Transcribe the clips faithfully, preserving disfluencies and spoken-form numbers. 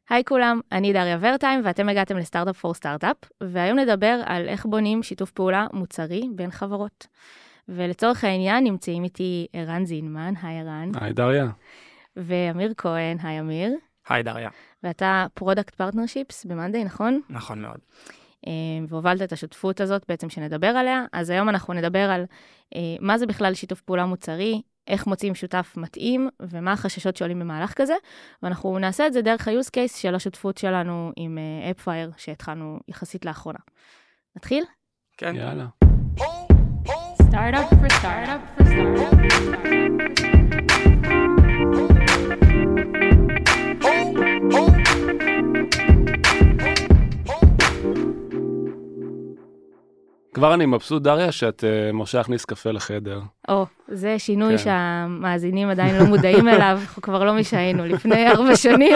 היי כולם, אני דריה ורטיים ואתם הגעתם לסטארט-אפ פור סטארט-אפ, והיום נדבר על איך בונים שיתוף פעולה מוצרי בין חברות. ולצורך העניין נמצאים איתי ערן זינמן, היי ערן. היי דריה. ואמיר כהן, היי אמיר. היי דריה. ואתה פרודקט פרטנרשיפס במאנדיי, נכון? נכון מאוד. והובלת את השותפות הזאת בעצם שנדבר עליה, אז היום אנחנו נדבר על מה זה בכלל שיתוף פעולה מוצרי, איך מוצאים שותף מתאים, ומה החששות שעולים במהלך כזה, ואנחנו נעשה את זה דרך ה-use case של השותפות שלנו עם AppFire, שהתחלנו יחסית לאחרונה. נתחיל? כן. יאללה. Startup for startup for startup. כבר אני מבסוט דריה שאת uh, מרשה להכניס קפה לחדר. או, זה שינוי כן. שהמאזינים עדיין לא מודעים אליו, אנחנו כבר לא משהיינו, לפני ארבע שנים.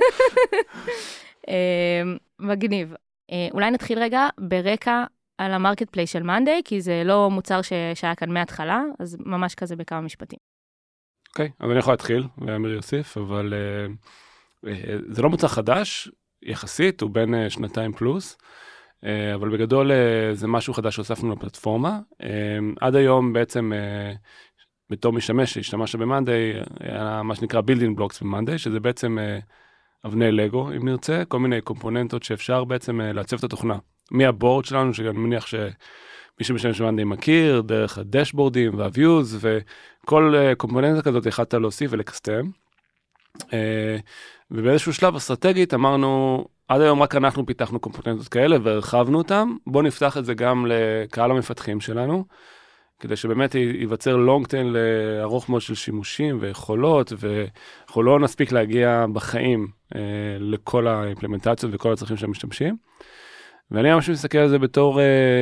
מגניב. אולי נתחיל רגע ברקע על המרקט פלייס של מאנדיי, כי זה לא מוצר שהיה כאן מההתחלה, אז ממש כזה בכמה משפטים. אוקיי, אז אני יכול להתחיל, ואמיר יוסיף, אבל uh, uh, זה לא מוצר חדש, יחסית, הוא בין uh, שנתיים פלוס, uh, אבל בגדול uh, זה משהו חדש שהוספנו לפלטפורמה. Uh, עד היום בעצם, uh, בתור משתמש שהשתמש במאנדיי, היה מה שנקרא building blocks במאנדיי, שזה בעצם uh, אבני לגו, אם נרצה, כל מיני קומפוננטות שאפשר בעצם uh, לעצב את התוכנה. מהבורד שלנו, שאני מניח שמי שמשתמש במאנדיי מכיר, דרך הדשבורדים והוויוז, וכל uh, קומפוננטה כזאת יכולת להוסיף ולקסטם. Uh, ובאיזשהו שלב אסטרטגית אמרנו, עד היום רק אנחנו פיתחנו קומפוננטות כאלה והרחבנו אותם, בואו נפתח את זה גם לקהל המפתחים שלנו, כדי שבאמת ייווצר לונג טייל לארוך מאוד של שימושים ויכולות, ואנחנו לא נספיק להגיע בחיים uh, לכל האימפלמנטציות וכל הצרכים של המשתמשים. ואני ממש מסתכל על זה בתור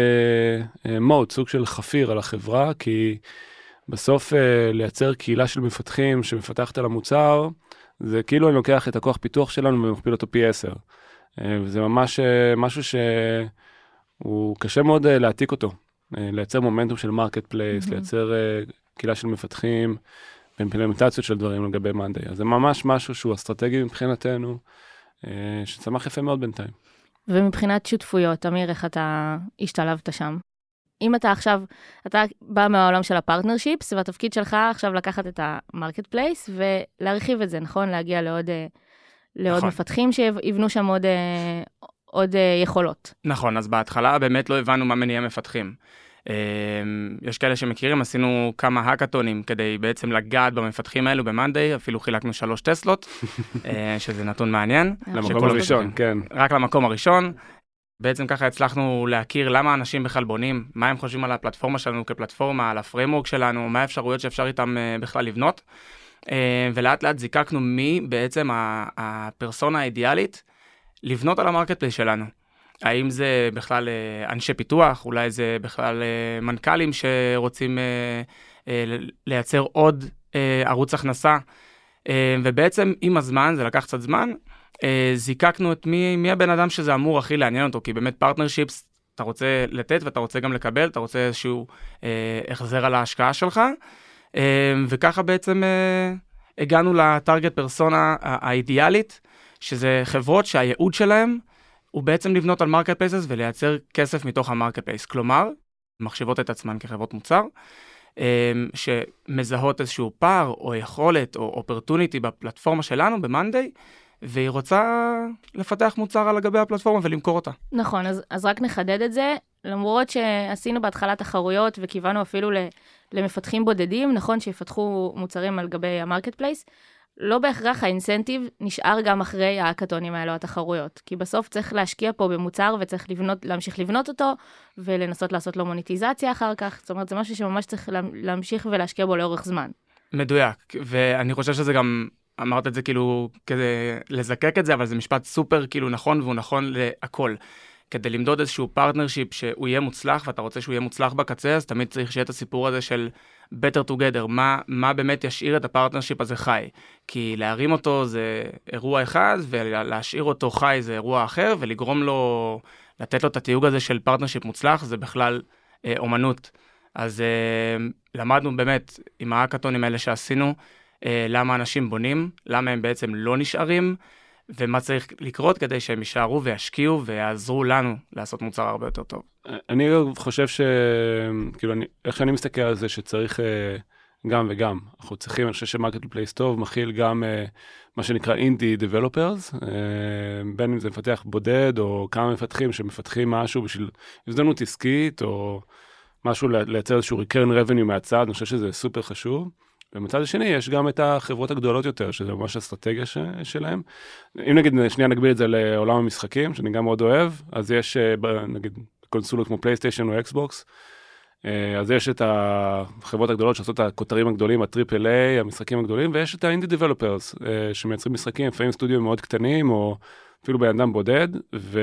מוד, סוג של חפיר על החברה, כי בסוף uh, לייצר קהילה של מפתחים שמפתחת על המוצר, זה כאילו אני לוקח את הכוח פיתוח שלנו ומכפיל אותו פי עשר. Uh, וזה ממש uh, משהו שהוא קשה מאוד uh, להעתיק אותו. Uh, לייצר מומנטום של מרקט פלייס, mm-hmm. לייצר uh, קהילה של מפתחים, ואימפלמנטציות של דברים לגבי מאנדיי. אז זה ממש משהו שהוא אסטרטגי מבחינתנו, uh, שצמח יפה מאוד בינתיים. ומבחינת שותפויות, אמיר, איך אתה השתלבת שם? אם אתה עכשיו, אתה בא מהעולם של הפרטנרשיפס, והתפקיד שלך עכשיו לקחת את המרקט פלייס, ולהרחיב את זה, נכון? להגיע לעוד, לעוד נכון. מפתחים שיבנו שם עוד, עוד יכולות. נכון, אז בהתחלה באמת לא הבנו מה מניע מפתחים. יש כאלה שמכירים, עשינו כמה האקתונים כדי בעצם לגעת במפתחים האלו במאנדיי, אפילו חילקנו שלוש טסלות, שזה נתון מעניין. למקום הראשון, כן. רק למקום הראשון. בעצם ככה הצלחנו להכיר למה אנשים בכלל בונים, מה הם חושבים על הפלטפורמה שלנו כפלטפורמה, על הפריימורק שלנו, מה האפשרויות שאפשר איתם בכלל לבנות. ולאט לאט זיקקנו מי בעצם הפרסונה האידיאלית לבנות על המרקט פלייס שלנו. האם זה בכלל אנשי פיתוח, אולי זה בכלל מנכ"לים שרוצים לייצר עוד ערוץ הכנסה, ובעצם עם הזמן, זה לקח קצת זמן, זיקקנו את מי, מי הבן אדם שזה אמור הכי לעניין אותו, כי באמת פרטנרשיפס, אתה רוצה לתת ואתה רוצה גם לקבל, אתה רוצה איזשהו החזר על ההשקעה שלך, וככה בעצם הגענו לטרגט פרסונה האידיאלית, שזה חברות שהייעוד שלהם, הוא בעצם לבנות על מרקט פלייסס ולייצר כסף מתוך המרקט פלייס. כלומר, מחשבות את עצמן כחברות מוצר, שמזהות איזשהו פער או יכולת או אופרטוניטי בפלטפורמה שלנו במאנדיי, והיא רוצה לפתח מוצר על גבי הפלטפורמה ולמכור אותה. נכון, אז, אז רק נחדד את זה. למרות שעשינו בהתחלה תחרויות וכיוונו אפילו למפתחים בודדים, נכון שיפתחו מוצרים על גבי המרקט פלייס, לא בהכרח האינסנטיב נשאר גם אחרי ההאקתונים האלו, התחרויות. כי בסוף צריך להשקיע פה במוצר וצריך לבנות, להמשיך לבנות אותו, ולנסות לעשות לו מוניטיזציה אחר כך. זאת אומרת, זה משהו שממש צריך להמשיך ולהשקיע בו לאורך זמן. מדויק, ואני חושב שזה גם, אמרת את זה כאילו, כדי לזקק את זה, אבל זה משפט סופר כאילו נכון, והוא נכון להכל. כדי למדוד איזשהו פרטנרשיפ שהוא יהיה מוצלח, ואתה רוצה שהוא יהיה מוצלח בקצה, אז תמיד צריך שיהיה את הסיפור הזה של better together, מה, מה באמת ישאיר את הפרטנרשיפ הזה חי. כי להרים אותו זה אירוע אחד, ולהשאיר אותו חי זה אירוע אחר, ולגרום לו, לתת לו את התיוג הזה של פרטנרשיפ מוצלח, זה בכלל אה, אומנות. אז אה, למדנו באמת עם ההאקתונים האלה שעשינו, אה, למה אנשים בונים, למה הם בעצם לא נשארים, ומה צריך לקרות כדי שהם יישארו וישקיעו ויעזרו לנו לעשות מוצר הרבה יותר טוב. אני חושב ש... כאילו, אני... איך שאני מסתכל על זה שצריך גם וגם. אנחנו צריכים, אני חושב שמרקט פלייס טוב מכיל גם מה שנקרא אינדי דבלופרס, בין אם זה מפתח בודד או כמה מפתחים שמפתחים משהו בשביל הזדמנות עסקית או משהו לייצר איזשהו recurring revenue מהצד, אני חושב שזה סופר חשוב. ומצד השני, יש גם את החברות הגדולות יותר, שזה ממש אסטרטגיה ש... שלהם. אם נגיד, שנייה נגביל את זה לעולם המשחקים, שאני גם מאוד אוהב, אז יש, נגיד, קונסולות כמו פלייסטיישן או אקסבוקס, אז יש את החברות הגדולות שעושות את הכותרים הגדולים, הטריפל איי, המשחקים הגדולים, ויש את האינדי דבלופרס, שמייצרים משחקים, לפעמים סטודיו מאוד קטנים, או אפילו בן אדם בודד, ו...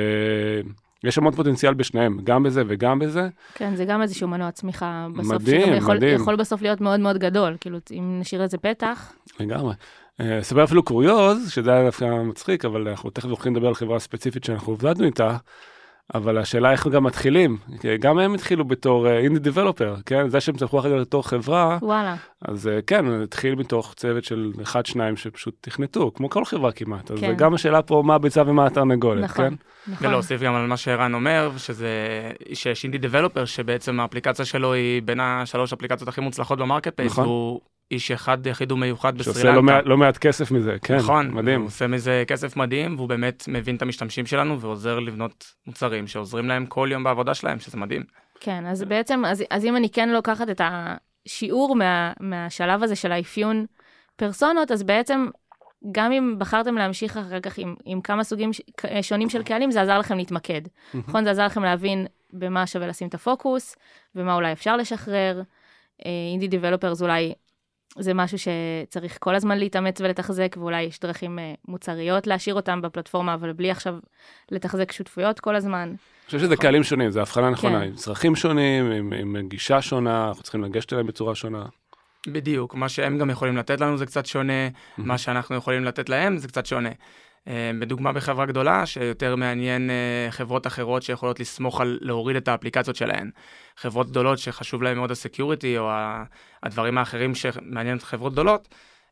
יש המון פוטנציאל בשניהם, גם בזה וגם בזה. כן, זה גם איזשהו מנוע צמיחה בסוף, מדהים, שגם יכול, מדהים. יכול בסוף להיות מאוד מאוד גדול, כאילו, אם נשאיר את זה פתח. לגמרי. סבר אפילו קוריוז, שזה היה דווקא מצחיק, אבל אנחנו תכף הולכים לדבר על חברה ספציפית שאנחנו עובדנו איתה, אבל השאלה איך גם מתחילים, גם הם התחילו בתור אינדי דבלופר, כן? זה שהם צמחו אחרי לתור חברה, וואלה. אז כן, התחיל מתוך צוות של אחד, שניים שפשוט תכנתו, כמו כל חברה כמעט. אז כן. גם השאלה פה, מה הביצה ומה התרנגולת, נכון, כן? נכון. ולהוסיף גם על מה שערן אומר, שזה, שיש אינדי דבלופר, שבעצם האפליקציה שלו היא בין השלוש אפליקציות הכי מוצלחות במרקט פלייס, נכון. והוא איש אחד יחיד ומיוחד בסרילנקה. שעושה לא מעט, לא מעט כסף מזה, כן, נכון, מדהים. הוא עושה מזה כסף מדהים, והוא באמת מבין את המשתמשים שלנו, ועוזר לבנות מוצרים שעוזרים להם כל יום בעבודה שלהם, שזה מדהים. כן, אז בעצם, אז, אז אם אני כן לוקחת את השיעור מה, מהשלב הזה של האפיון פרסונות, אז בעצם גם אם בחרתם להמשיך אחר כך עם, עם כמה סוגים ש, שונים של קהלים, זה עזר לכם להתמקד. נכון? זה עזר לכם להבין במה שווה לשים את הפוקוס, ומה אולי אפשר לשחרר. אינדי דבלופרס אולי זה משהו שצריך כל הזמן להתאמץ ולתחזק, ואולי יש דרכים מוצריות להשאיר אותם בפלטפורמה, אבל בלי עכשיו לתחזק שותפויות כל הזמן. אני חושב שזה קהלים שונים, זה הבחנה נכונה, כן. עם צרכים שונים, עם, עם גישה שונה, אנחנו צריכים לגשת אליהם בצורה שונה. בדיוק, מה שהם גם יכולים לתת לנו זה קצת שונה, מה שאנחנו יכולים לתת להם זה קצת שונה. בדוגמה בחברה גדולה, שיותר מעניין חברות אחרות שיכולות לסמוך על להוריד את האפליקציות שלהן. חברות גדולות שחשוב להן מאוד הסקיוריטי, או הדברים האחרים שמעניין את חברות גדולות,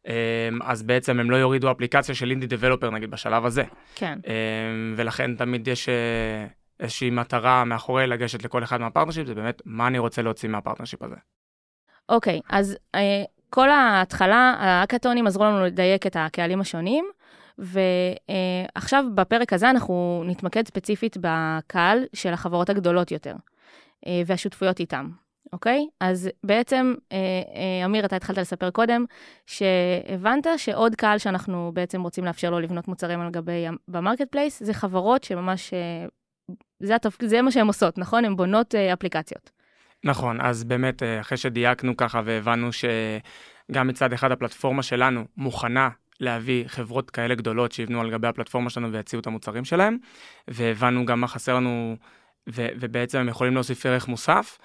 אז בעצם הם לא יורידו אפליקציה של אינדי דבלופר, נגיד, בשלב הזה. כן. ולכן תמיד יש איזושהי מטרה מאחורי לגשת לכל אחד מהפרטנרשיפ, זה באמת מה אני רוצה להוציא מהפרטנרשיפ הזה. אוקיי, אז כל ההתחלה, ההאקתונים עזרו לנו לדייק את הקהלים השונים, ועכשיו בפרק הזה אנחנו נתמקד ספציפית בקהל של החברות הגדולות יותר, והשותפויות איתם, אוקיי? אז בעצם, אמיר, אתה התחלת לספר קודם, שהבנת שעוד קהל שאנחנו בעצם רוצים לאפשר לו לבנות מוצרים על גבי במרקט פלייס, זה חברות שממש, זה, התפ... זה מה שהן עושות, נכון? הן בונות אפליקציות. נכון, אז באמת אחרי שדייקנו ככה והבנו שגם מצד אחד הפלטפורמה שלנו מוכנה להביא חברות כאלה גדולות שיבנו על גבי הפלטפורמה שלנו ויציעו את המוצרים שלהם, והבנו גם מה חסר לנו, ו- ובעצם הם יכולים להוסיף ערך מוסף.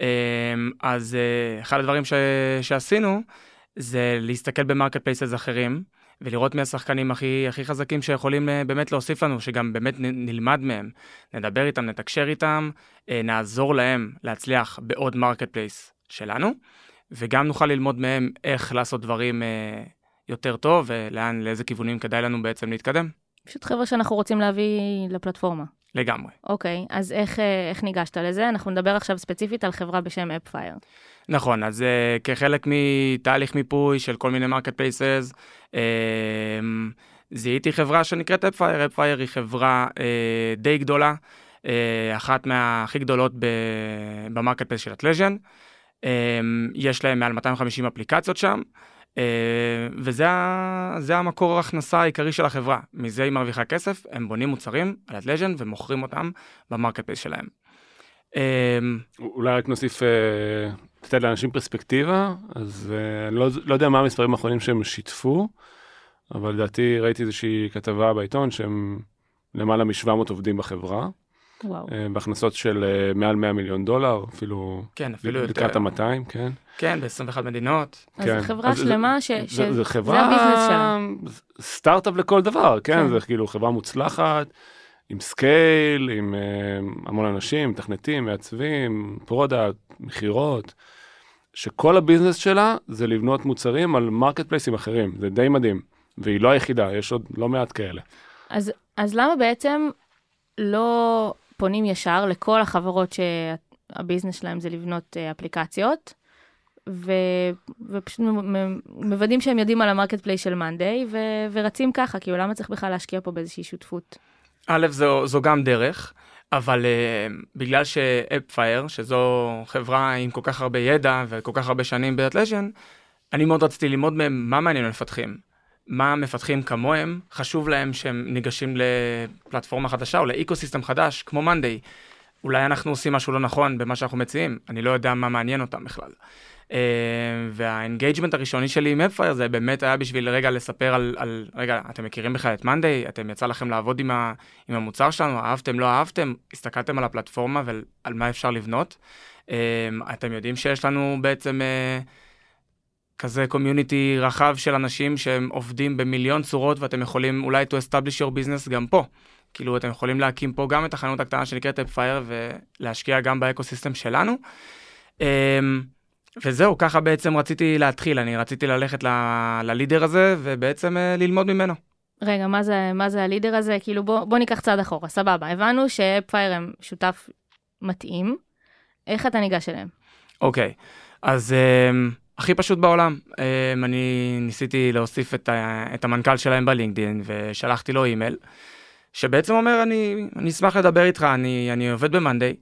אז אחד הדברים ש- שעשינו, זה להסתכל במרקט פלייסס אחרים, ולראות מי השחקנים הכי, הכי חזקים שיכולים באמת להוסיף לנו, שגם באמת נלמד מהם, נדבר איתם, נתקשר איתם, נעזור להם להצליח בעוד מרקט פלייס שלנו, וגם נוכל ללמוד מהם איך לעשות דברים יותר טוב, ולאן, לאיזה כיוונים כדאי לנו בעצם להתקדם. פשוט חבר'ה שאנחנו רוצים להביא לפלטפורמה. לגמרי. אוקיי, אז איך, איך ניגשת לזה? אנחנו נדבר עכשיו ספציפית על חברה בשם AppFire. נכון, אז uh, כחלק מתהליך מיפוי של כל מיני מרקט פלייסס, uh, זיהיתי חברה שנקראת AppFire. AppFire היא חברה uh, די גדולה, uh, אחת מהכי גדולות במרקט פלייס של אטלז'ן. Uh, יש להם מעל מאתיים וחמישים אפליקציות שם, Uh, וזה זה המקור ההכנסה העיקרי של החברה. מזה היא מרוויחה כסף, הם בונים מוצרים על אטלז'ן ומוכרים אותם במרקט פלייס שלהם. Uh, אולי רק נוסיף, לתת לאנשים פרספקטיבה, אז uh, אני לא, לא יודע מה המספרים האחרונים שהם שיתפו, אבל לדעתי ראיתי איזושהי כתבה בעיתון שהם למעלה מ-שבע מאות עובדים בחברה. וואו. בהכנסות של מעל מאה מיליון דולר, אפילו, כן, אפילו יותר. לקראת ה-מאתיים, כן. כן, ב-עשרים ואחת מדינות. אז כן. זו חברה אז שלמה ש... זה, ש... זה, זה חברה, זה הביזנס שלה. סטארט-אפ לכל דבר, כן? כן. זה כאילו חברה מוצלחת, עם סקייל, עם uh, המון אנשים, מתכנתים, מעצבים, פרודקט, מחירות, שכל הביזנס שלה זה לבנות מוצרים על מרקט פלייסים אחרים, זה די מדהים, והיא לא היחידה, יש עוד לא מעט כאלה. אז, אז למה בעצם לא פונים ישר לכל החברות שהביזנס שלהם זה לבנות אפליקציות, ו, ופשוט מוודאים שהם יודעים על המרקט פלייס של מאנדיי, ו, ורצים ככה, כי למה צריך בכלל להשקיע פה באיזושהי שותפות? א', זו, זו גם דרך, אבל uh, בגלל שאפפייר, שזו חברה עם כל כך הרבה ידע וכל כך הרבה שנים באטלז'ן, אני מאוד רציתי ללמוד מהם מה מעניין למפתחים. מה מפתחים כמוהם, חשוב להם שהם ניגשים לפלטפורמה חדשה או לאקוסיסטם חדש, כמו מאנדיי. אולי אנחנו עושים משהו לא נכון במה שאנחנו מציעים, אני לא יודע מה מעניין אותם בכלל. Uh, והאנגייג'מנט הראשוני שלי עם אפפייר זה באמת היה בשביל רגע לספר על, על רגע, אתם מכירים בכלל את מאנדיי, אתם יצא לכם לעבוד עם, ה, עם המוצר שלנו, אהבתם, לא אהבתם, הסתכלתם על הפלטפורמה ועל מה אפשר לבנות. Uh, אתם יודעים שיש לנו בעצם uh, כזה קומיוניטי רחב של אנשים שהם עובדים במיליון צורות, ואתם יכולים אולי to establish your business גם פה. כאילו אתם יכולים להקים פה גם את החנות הקטנה שנקראת אפפייר ולהשקיע גם באקוסיסטם שלנו. Uh, וזהו, ככה בעצם רציתי להתחיל, אני רציתי ללכת ל- ללידר הזה, ובעצם uh, ללמוד ממנו. רגע, מה זה, מה זה הלידר הזה? כאילו בוא, בוא ניקח צעד אחורה, סבבה. הבנו שאפפייר הם שותף מתאים, איך אתה ניגש אליהם? אוקיי, אז um, הכי פשוט בעולם, um, אני ניסיתי להוסיף את, ה- את המנכ"ל שלהם בלינקדין, ושלחתי לו אימייל, שבעצם אומר, אני, אני אשמח לדבר איתך, אני, אני עובד במאנדיי,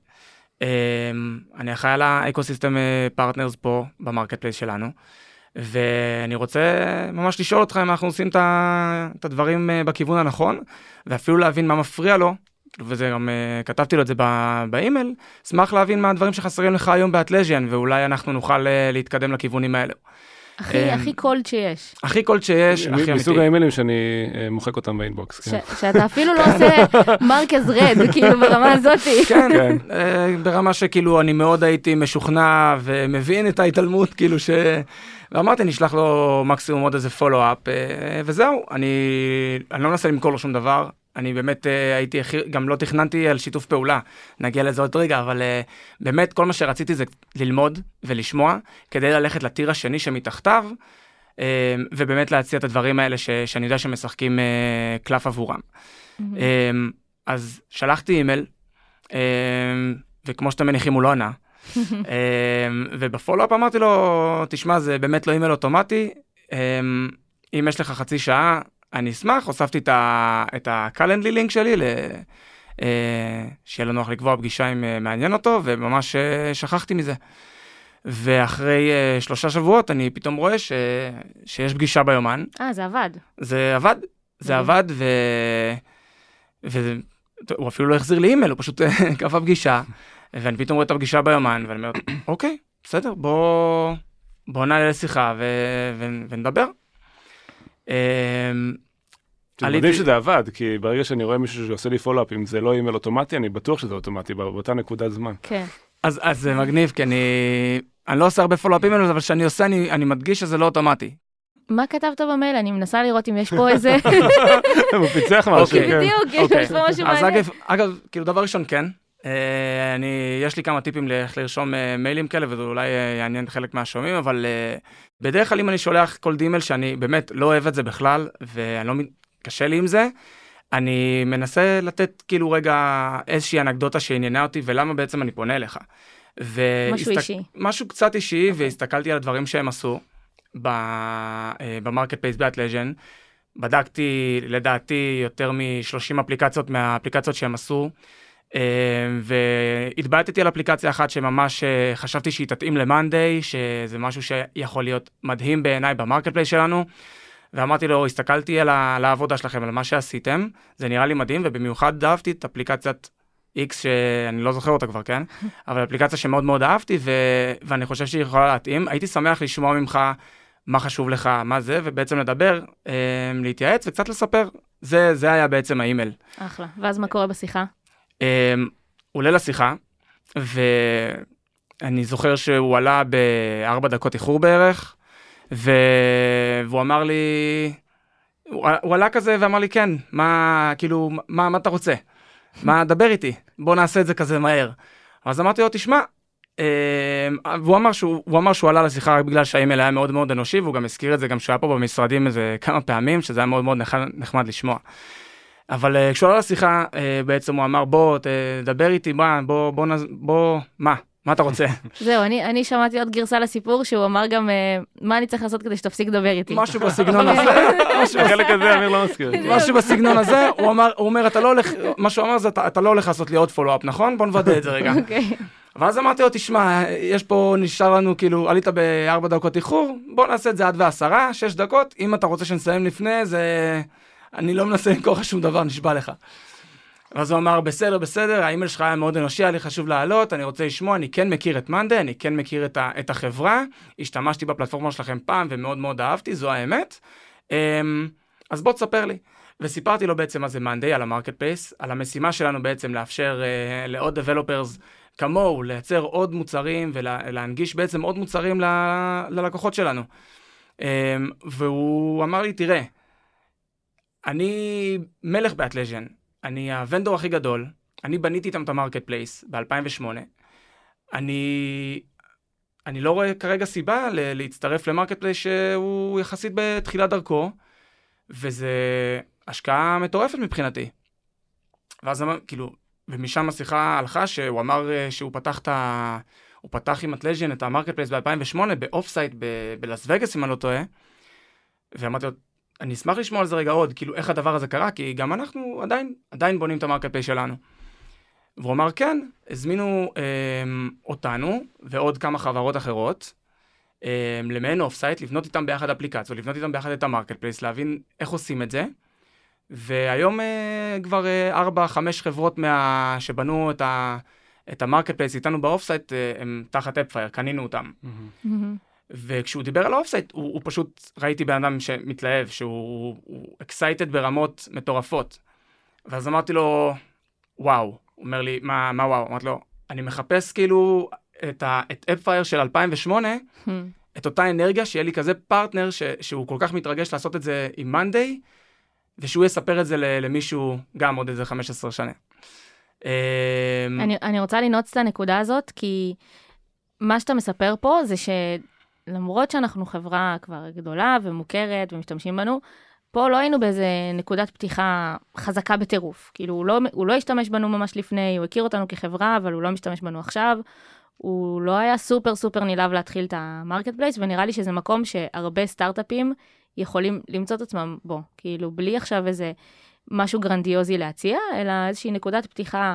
אני אחראי על האקוסיסטם פרטנרס פה במרקט פלייס שלנו, ואני רוצה ממש לשאול אותך אם אנחנו עושים את הדברים בכיוון הנכון, ואפילו להבין מה מפריע לו, וזה גם כתבתי לו את זה באימייל, אשמח להבין מה הדברים שחסרים לך היום באטלז'ן, ואולי אנחנו נוכל להתקדם לכיוונים האלו. הכי, הכי קולד שיש. הכי קולד שיש, הכי אמיתי. מסוג האימיילים שאני מוחק אותם באינבוקס. שאתה אפילו לא עושה מרקז רד, כאילו ברמה הזאת. כן, ברמה שכאילו אני מאוד הייתי משוכנע ומבין את ההתעלמות, כאילו ש... ואמרתי, אני אשלח לו מקסימום עוד איזה פולו-אפ, וזהו, אני לא מנסה למכור לו שום דבר. אני באמת הייתי, גם לא תכננתי על שיתוף פעולה, נגיע לזה עוד רגע, אבל באמת כל מה שרציתי זה ללמוד ולשמוע, כדי ללכת לטיר השני שמתחתיו, ובאמת להציע את הדברים האלה ש, שאני יודע שמשחקים קלף עבורם. Mm-hmm. אז שלחתי אימייל, וכמו שאתם מניחים הוא לא ענה, ובפולו-אפ אמרתי לו, תשמע, זה באמת לא אימייל אוטומטי, אם יש לך חצי שעה, אני אשמח, הוספתי את הקלנדלי לינק שלי, שיהיה לנו נוח לקבוע פגישה אם מעניין אותו, וממש שכחתי מזה. ואחרי שלושה שבועות אני פתאום רואה שיש פגישה ביומן. אה, זה עבד. זה עבד, זה עבד, והוא אפילו לא החזיר לי אימייל, הוא פשוט קבע פגישה, ואני פתאום רואה את הפגישה ביומן, ואני אומר, אוקיי, בסדר, בוא נעלה לשיחה ונדבר. אתם יודעים שזה עבד, כי ברגע שאני רואה מישהו שעושה לי פולו-אפ, אם זה לא אימייל אוטומטי, אני בטוח שזה אוטומטי, באותה נקודת זמן. כן. אז זה מגניב, כי אני לא עושה הרבה פולו-אפים האלה, אבל כשאני עושה, אני מדגיש שזה לא אוטומטי. מה כתבת במייל? אני מנסה לראות אם יש פה איזה... הוא פיצח משהו, כן. בדיוק, יש פה משהו מעניין. אז אגב, כאילו דבר ראשון, כן. אני, יש לי כמה טיפים איך לרשום מיילים כאלה, וזה אולי יעניין חלק מהשומעים, אבל בדרך כלל אם אני שולח כל אימייל שאני באמת לא אוהב את זה בכלל, ואני לא קשה לי עם זה, אני מנסה לתת כאילו רגע איזושהי אנקדוטה שעניינה אותי, ולמה בעצם אני פונה אליך. משהו אישי. משהו קצת אישי, והסתכלתי על הדברים שהם עשו במרקט פלייס באטלז'ן, בדקתי לדעתי יותר מ-שלושים אפליקציות מהאפליקציות שהם עשו, והתבעטתי על אפליקציה אחת שממש חשבתי שהיא תתאים למאנדיי, שזה משהו שיכול להיות מדהים בעיניי במרקט פלייס שלנו, ואמרתי לו, הסתכלתי על העבודה שלכם, על מה שעשיתם, זה נראה לי מדהים, ובמיוחד אהבתי את אפליקציית X, שאני לא זוכר אותה כבר, כן? אבל אפליקציה שמאוד מאוד אהבתי, ו... ואני חושב שהיא יכולה להתאים. הייתי שמח לשמוע ממך מה חשוב לך, מה זה, ובעצם לדבר, להתייעץ וקצת לספר. זה, זה היה בעצם האימייל. אחלה. ואז מה קורה בשיחה? עולה לשיחה, ואני זוכר שהוא עלה בארבע דקות איחור בערך, ו... והוא אמר לי, הוא, הוא עלה כזה ואמר לי, כן, מה, כאילו, מה, מה אתה רוצה? מה, דבר איתי, בוא נעשה את זה כזה מהר. אז אמרתי לו, תשמע, אה, והוא אמר שהוא, הוא אמר שהוא עלה לשיחה רק בגלל שהאימייל היה מאוד מאוד אנושי, והוא גם הזכיר את זה גם שהוא היה פה במשרדים איזה כמה פעמים, שזה היה מאוד מאוד נחמד לשמוע. אבל כשהוא עלה לשיחה, בעצם הוא אמר, בוא, תדבר איתי, בוא, בוא, בוא, בוא, מה? מה אתה רוצה? זהו, אני, אני שמעתי עוד גרסה לסיפור, שהוא אמר גם, מה אני צריך לעשות כדי שתפסיק לדבר איתי. משהו בסגנון הזה, החלק הזה אמיר לא מזכיר. משהו בסגנון הזה, הוא אמר, הוא אומר, אתה לא הולך, מה שהוא אמר זה, אתה לא הולך לעשות לי עוד פולו-אפ, נכון? בוא נוודא את זה רגע. ואז אמרתי לו, תשמע, יש פה, נשאר לנו, כאילו, עלית בארבע דקות איחור, בוא נעשה את זה עד ועשרה, שש דקות, אם אתה רוצה שנסיים לפני, זה... אני לא מנסה למכור לך שום דבר, נשבע לך. אז הוא אמר, בסדר, בסדר, האימייל שלך היה מאוד אנושי, היה לי חשוב לעלות, אני רוצה לשמוע, אני כן מכיר את מאנדיי, אני כן מכיר את, ה, את החברה, השתמשתי בפלטפורמה שלכם פעם, ומאוד מאוד אהבתי, זו האמת. אז בוא תספר לי. וסיפרתי לו בעצם מה זה מאנדיי, על המרקט פלייס, על המשימה שלנו בעצם לאפשר uh, לעוד דבלופרס כמוהו, לייצר עוד מוצרים, ולהנגיש בעצם עוד מוצרים ל, ללקוחות שלנו. Um, והוא אמר לי, תראה, אני מלך באטלז'ן, אני הוונדור הכי גדול, אני בניתי איתם את המרקט פלייס ב-אלפיים ושמונה, אני, אני לא רואה כרגע סיבה ל- להצטרף למרקט פלייס שהוא יחסית בתחילת דרכו, וזה השקעה מטורפת מבחינתי. ואז אמר, כאילו, ומשם השיחה הלכה שהוא אמר שהוא פתח את ה... הוא פתח עם אטלז'ן את המרקט פלייס ב-אלפיים ושמונה באוף סייט בלאס וגאס, אם אני לא טועה, ואמרתי לו, אני אשמח לשמוע על זה רגע עוד, כאילו איך הדבר הזה קרה, כי גם אנחנו עדיין, עדיין בונים את המרקט פלייס שלנו. והוא אמר, כן, הזמינו אה, אותנו ועוד כמה חברות אחרות, אה, למעין אוף סייט, לבנות איתם ביחד אפליקציות, לבנות איתם ביחד את המרקט פלייס, להבין איך עושים את זה. והיום אה, כבר אה, ארבע, חמש חברות מה... שבנו את, ה... את המרקט פלייס איתנו באוף סייט, אה, הם תחת אפפייר, קנינו אותם. Mm-hmm. וכשהוא דיבר על האופסייט, הוא, הוא פשוט, ראיתי בן אדם שמתלהב, שהוא excited ברמות מטורפות. ואז אמרתי לו, וואו. הוא אומר לי, מה, מה וואו? אמרתי לו, אני מחפש כאילו את, ה, את אפפייר של אלפיים ושמונה, hmm. את אותה אנרגיה, שיהיה לי כזה פרטנר, ש, שהוא כל כך מתרגש לעשות את זה עם מאנדיי, ושהוא יספר את זה למישהו גם עוד איזה חמש עשרה שנה. אני, אני רוצה לנוץ את הנקודה הזאת, כי מה שאתה מספר פה זה ש... למרות שאנחנו חברה כבר גדולה ומוכרת ומשתמשים בנו, פה לא היינו באיזה נקודת פתיחה חזקה בטירוף. כאילו, הוא לא, הוא לא השתמש בנו ממש לפני, הוא הכיר אותנו כחברה, אבל הוא לא משתמש בנו עכשיו. הוא לא היה סופר סופר נלהב להתחיל את המרקט פלייס, ונראה לי שזה מקום שהרבה סטארט-אפים יכולים למצוא את עצמם בו. כאילו, בלי עכשיו איזה משהו גרנדיוזי להציע, אלא איזושהי נקודת פתיחה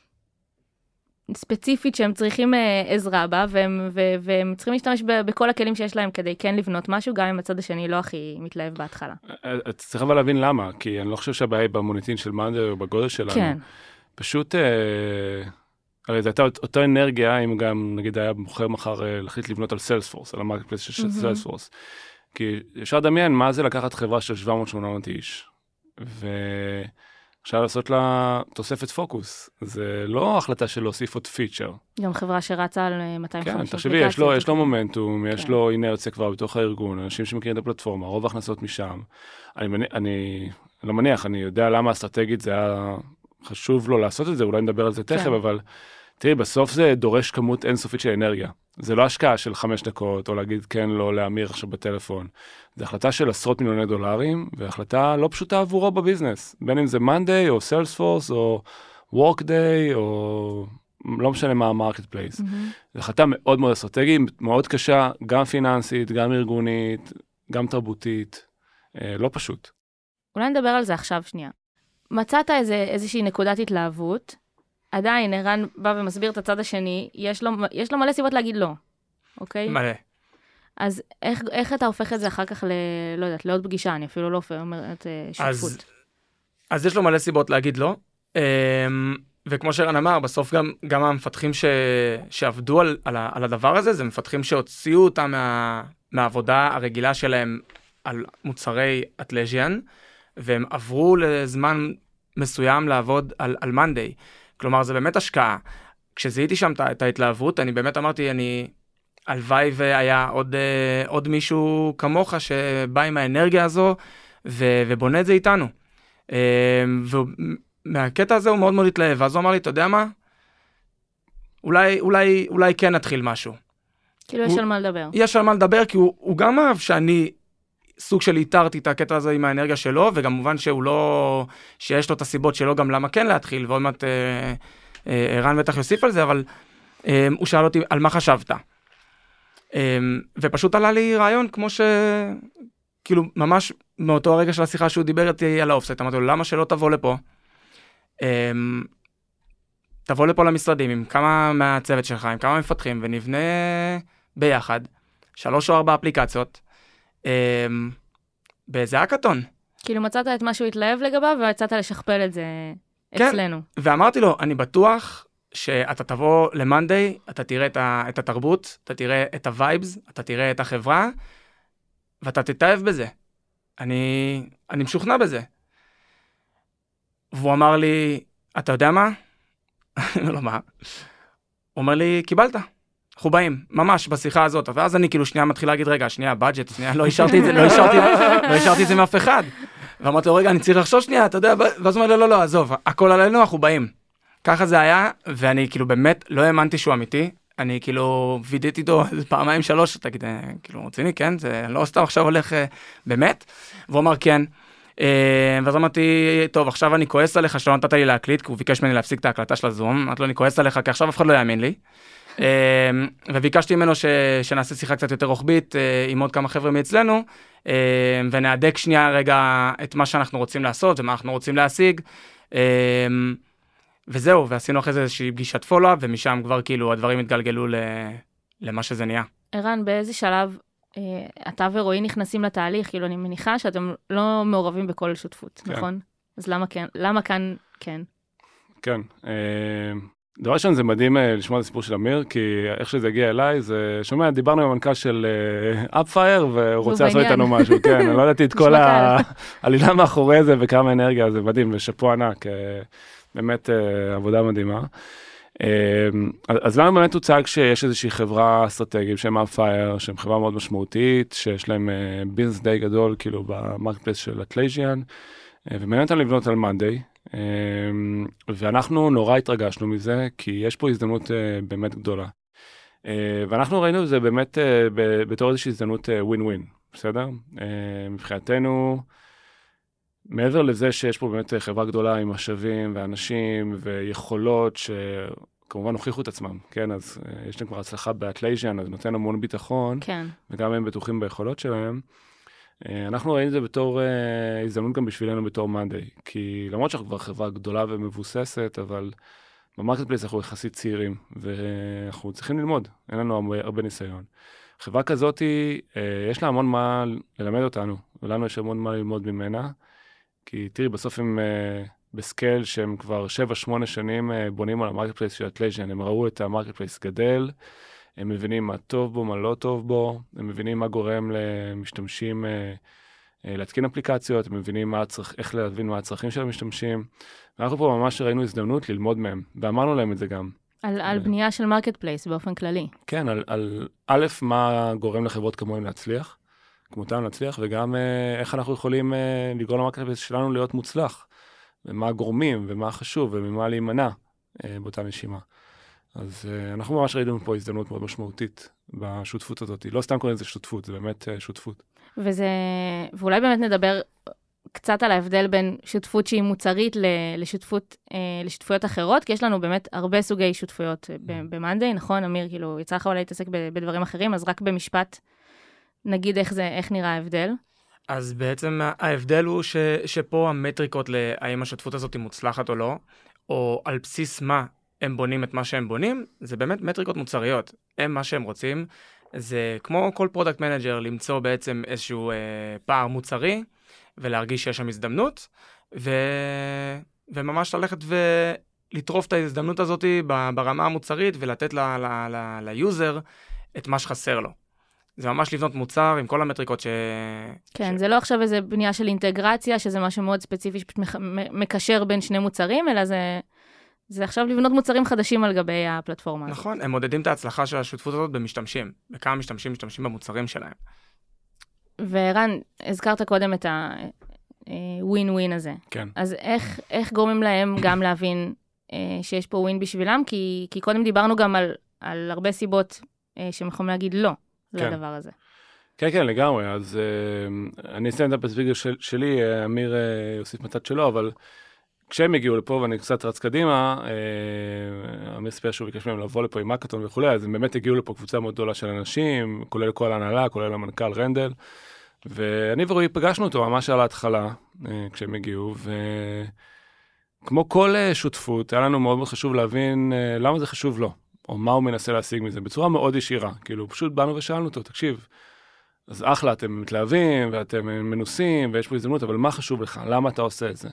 ספציפית שהם צריכים עזרה בה, והם, והם צריכים להשתמש בכל הכלים שיש להם כדי כן לבנות משהו, גם אם הצד השני לא הכי מתלהב בהתחלה. את צריכה אבל להבין למה, כי אני לא חושב שהבעיה היא במוניטין של מאנדיי או בגודל שלנו. כן. פשוט, הרי זו הייתה אותה אנרגיה, אם גם נגיד היה בוחר מחר להחליט לבנות על סיילספורס, על המרקט פלייס של סיילספורס. כי אפשר לדמיין מה זה לקחת חברה של שבע מאות שמונה מאות איש, ו... אפשר לעשות לה תוספת פוקוס. זה לא החלטה של להוסיף עוד פיצ'ר. גם חברה שרצה על מאתיים וחמישים כן, תחשבי, יש לו, יש לו מומנטום, יש כן. לו אינרציה כבר בתוך הארגון, אנשים שמכירים את הפלטפורמה, רוב ההכנסות משם. אני, מניח, אני לא מניח, אני יודע למה אסטרטגית זה היה חשוב לו לעשות את זה, אולי נדבר על זה תכף, כן. אבל תראי, בסוף זה דורש כמות אינסופית של אנרגיה. זה לא השקעה של חמש דקות, או להגיד כן, לא להמיר עכשיו בטלפון. זה החלטה של עשרות מיליוני דולרים, והחלטה לא פשוטה עבורו בביזנס. בין אם זה מאנדיי, או סיילספורס, או וורקדיי, או לא משנה מה המרקט פלייס. זו החלטה מאוד מאוד אסטרטגית, מאוד קשה, גם פיננסית, גם ארגונית, גם תרבותית. לא פשוט. אולי נדבר על זה עכשיו שנייה. מצאת איזה, איזושהי נקודת התלהבות, עדיין, ערן בא ומסביר את הצד השני, יש לו, יש לו מלא סיבות להגיד לא, אוקיי? מלא. אז איך, איך אתה הופך את זה אחר כך ל... לא יודעת, לעוד פגישה, אני אפילו לא אומרת שותפות. אז, אז יש לו מלא סיבות להגיד לא, וכמו שערן אמר, בסוף גם, גם המפתחים ש, שעבדו על, על, על הדבר הזה, זה מפתחים שהוציאו אותם מה, מהעבודה הרגילה שלהם על מוצרי אטלז'ן, והם עברו לזמן מסוים לעבוד על, על מאנדיי. כלומר, זה באמת השקעה. כשזיהיתי שם את ההתלהבות, אני באמת אמרתי, אני, הלוואי והיה עוד, עוד מישהו כמוך שבא עם האנרגיה הזו, ו, ובונה את זה איתנו. ומהקטע הזה הוא מאוד מאוד התלהב, ואז הוא אמר לי, אתה יודע מה? אולי, אולי, אולי כן נתחיל משהו. כאילו יש על מה לדבר. יש על מה לדבר, כי הוא, הוא גם אהב שאני סוג של איתרתי את הקטע הזה עם האנרגיה שלו, וגם מובן שהוא לא, שיש לו את הסיבות שלו גם למה כן להתחיל, ועוד מעט אה, אה, ערן בטח יוסיף על זה, אבל אה, הוא שאל אותי על מה חשבת. אה, ופשוט עלה לי רעיון כמו ש... כאילו ממש מאותו הרגע של השיחה שהוא דיבר איתי על האופסייט, אמרתי לו, למה שלא תבוא לפה? אה, תבוא לפה למשרדים עם כמה מהצוות שלך, עם כמה מפתחים, ונבנה ביחד שלוש או ארבע אפליקציות, באיזה הקטון. כאילו מצאת את מה שהוא התלהב לגביו, ויצאת לשכפל את זה אצלנו. כן, ואמרתי לו, אני בטוח שאתה תבוא למנדי, אתה תראה את התרבות, אתה תראה את הווייבס, אתה תראה את החברה, ואתה תתאהב בזה. אני, אני משוכנע בזה. והוא אמר לי, אתה יודע מה? לא מה. הוא אומר לי, קיבלת. אנחנו באים, ממש בשיחה הזאת, ואז אני כאילו שנייה מתחילה להגיד, רגע, שנייה, בדג'ט, שנייה, לא השארתי את זה, לא השארתי, לא השארתי את זה מאף אחד. ואמרתי לו, רגע, אני צריך לחשוב שנייה, אתה יודע, ואז הוא אומר, לא, לא, לא, עזוב, הכל עלינו, אנחנו באים. ככה זה היה, ואני כאילו באמת לא האמנתי שהוא אמיתי, אני כאילו וידאתי איתו פעמיים שלוש, תגיד, כאילו, רציני, כן, זה לא סתם עכשיו הולך באמת, והוא אמר, כן, ואז אמרתי, טוב, עכשיו אני כועס עליך שלא נתת לי להקליט, כי הוא ביקש ממני להפסיק את ההקלטה של הזום, אמרתי לו, אני כועס עליך, כי עכשיו אף אחד לא יאמין לי. וביקשתי ממנו ש... שנעשה שיחה קצת יותר רוחבית עם עוד כמה חבר'ה מאצלנו, ונעדק שנייה רגע את מה שאנחנו רוצים לעשות ומה אנחנו רוצים להשיג, וזהו, ועשינו אחרי זה איזושהי פגישת פולו-אפ, ומשם כבר כאילו הדברים התגלגלו ל... למה שזה נהיה. ערן, באיזה שלב אתה ורועי נכנסים לתהליך? כאילו אני מניחה שאתם לא מעורבים בכל שותפות, כן. נכון? אז למה כן? למה כאן כן? כן. דבר ראשון, זה מדהים לשמוע את הסיפור של אמיר, כי איך שזה הגיע אליי, זה שומע, דיברנו עם המנכ"ל של אפפייר, והוא רוצה לעשות איתנו משהו, כן, אני לא ידעתי את כל העלילה מאחורי זה, וכמה אנרגיה, זה מדהים, ושפו ענק, באמת עבודה מדהימה. אז לנו באמת הוצג שיש איזושהי חברה אסטרטגית, שהם אפפייר, שהם חברה מאוד משמעותית, שיש להם ביזנס די גדול, כאילו במרקטפלייס של אטלייז'יאן, ומעניין אותם לבנות על מאנדיי, ואנחנו נורא התרגשנו מזה, כי יש פה הזדמנות באמת גדולה. ואנחנו ראינו את זה באמת בתור איזושהי הזדמנות ווין ווין, בסדר? מבחינתנו, מעבר לזה שיש פה באמת חברה גדולה עם משאבים ואנשים ויכולות שכמובן הוכיחו את עצמם, כן? אז יש להם כבר הצלחה באטלייז'יאן, אז נותן המון ביטחון, כן. וגם הם בטוחים ביכולות שלהם. אנחנו ראינו את זה בתור uh, הזדמנות גם בשבילנו בתור מאנדיי, כי למרות שאנחנו כבר חברה גדולה ומבוססת, אבל במרקטפלייס אנחנו יחסית צעירים, ואנחנו צריכים ללמוד, אין לנו הרבה, הרבה ניסיון. חברה כזאת, uh, יש לה המון מה ללמד אותנו, ולנו יש המון מה ללמוד ממנה, כי תראי, בסוף הם uh, בסקייל שהם כבר שבע שמונה שנים uh, בונים על המרקטפלייס של אטלייז'יאן, הם ראו את המרקטפלייס גדל, הם מבינים מה טוב בו, מה לא טוב בו, הם מבינים מה גורם למשתמשים אה, אה, להתקין אפליקציות, הם מבינים מה הצרכ... איך להבין מה הצרכים של המשתמשים, ואנחנו פה ממש ראינו הזדמנות ללמוד מהם, ואמרנו להם את זה גם. על, על בנייה של מרקט פלייס באופן כללי. כן, על, על א', מה גורם לחברות כמוהם להצליח, כמותם להצליח, וגם אה, איך אנחנו יכולים אה, לגרום למרקט פלייס שלנו להיות מוצלח, ומה הגורמים, ומה חשוב, וממה להימנע אה, באותה נשימה. אז uh, אנחנו ממש ראינו פה הזדמנות מאוד משמעותית בשותפות הזאת. לא סתם קוראים לזה שותפות, זה באמת uh, שותפות. וזה, ואולי באמת נדבר קצת על ההבדל בין שותפות שהיא מוצרית לשותפות, uh, לשותפויות אחרות, כי יש לנו באמת הרבה סוגי שותפויות במאנדיי, נכון, אמיר, כאילו, יצא לך אולי להתעסק בדברים אחרים, אז רק במשפט נגיד איך זה, איך נראה ההבדל. אז בעצם ההבדל הוא ש, שפה המטריקות להאם השותפות הזאת היא מוצלחת או לא, או על בסיס מה הם בונים את מה שהם בונים, זה באמת מטריקות מוצריות. הם מה שהם רוצים, זה כמו כל פרודקט מנג'ר, למצוא בעצם איזשהו אה, פער מוצרי, ולהרגיש שיש שם הזדמנות, ו... וממש ללכת ולטרוף את ההזדמנות הזאת ברמה המוצרית, ולתת ל- ל- ל- ליוזר את מה שחסר לו. זה ממש לבנות מוצר עם כל המטריקות ש... כן, ש... זה לא עכשיו איזה בנייה של אינטגרציה, שזה משהו מאוד ספציפי, שפשוט מקשר בין שני מוצרים, אלא זה... זה עכשיו לבנות מוצרים חדשים על גבי הפלטפורמה הזאת. נכון, הם מודדים את ההצלחה של השותפות הזאת במשתמשים, בכמה משתמשים משתמשים במוצרים שלהם. ורן, הזכרת קודם את הווין ווין הזה. כן. אז איך, איך גורמים להם גם להבין שיש פה ווין בשבילם? כי, כי קודם דיברנו גם על, על הרבה סיבות שהם יכולים להגיד לא כן. לדבר הזה. כן, כן, לגמרי. אז uh, אני אסיים את הפרספקטיבה של, שלי, uh, אמיר uh, יוסיף מצד שלו, אבל כשהם הגיעו לפה ואני קצת רץ קדימה, uh, אמיר סיפר שהוא ביקש מהם לבוא לפה עם האקתון וכולי, אז הם באמת הגיעו לפה קבוצה מאוד גדולה של אנשים, כולל כל ההנהלה, כולל המנכ"ל רנדל, ואני ורועי פגשנו אותו ממש על ההתחלה, uh, כשהם הגיעו, וכמו כל uh, שותפות, היה לנו מאוד מאוד חשוב להבין uh, למה זה חשוב לו, או מה הוא מנסה להשיג מזה, בצורה מאוד ישירה, כאילו פשוט באנו ושאלנו אותו, תקשיב, אז אחלה, אתם מתלהבים, ואתם מנוסים, ויש פה הזדמנות, אבל מה חשוב לך? למה אתה עושה את זה?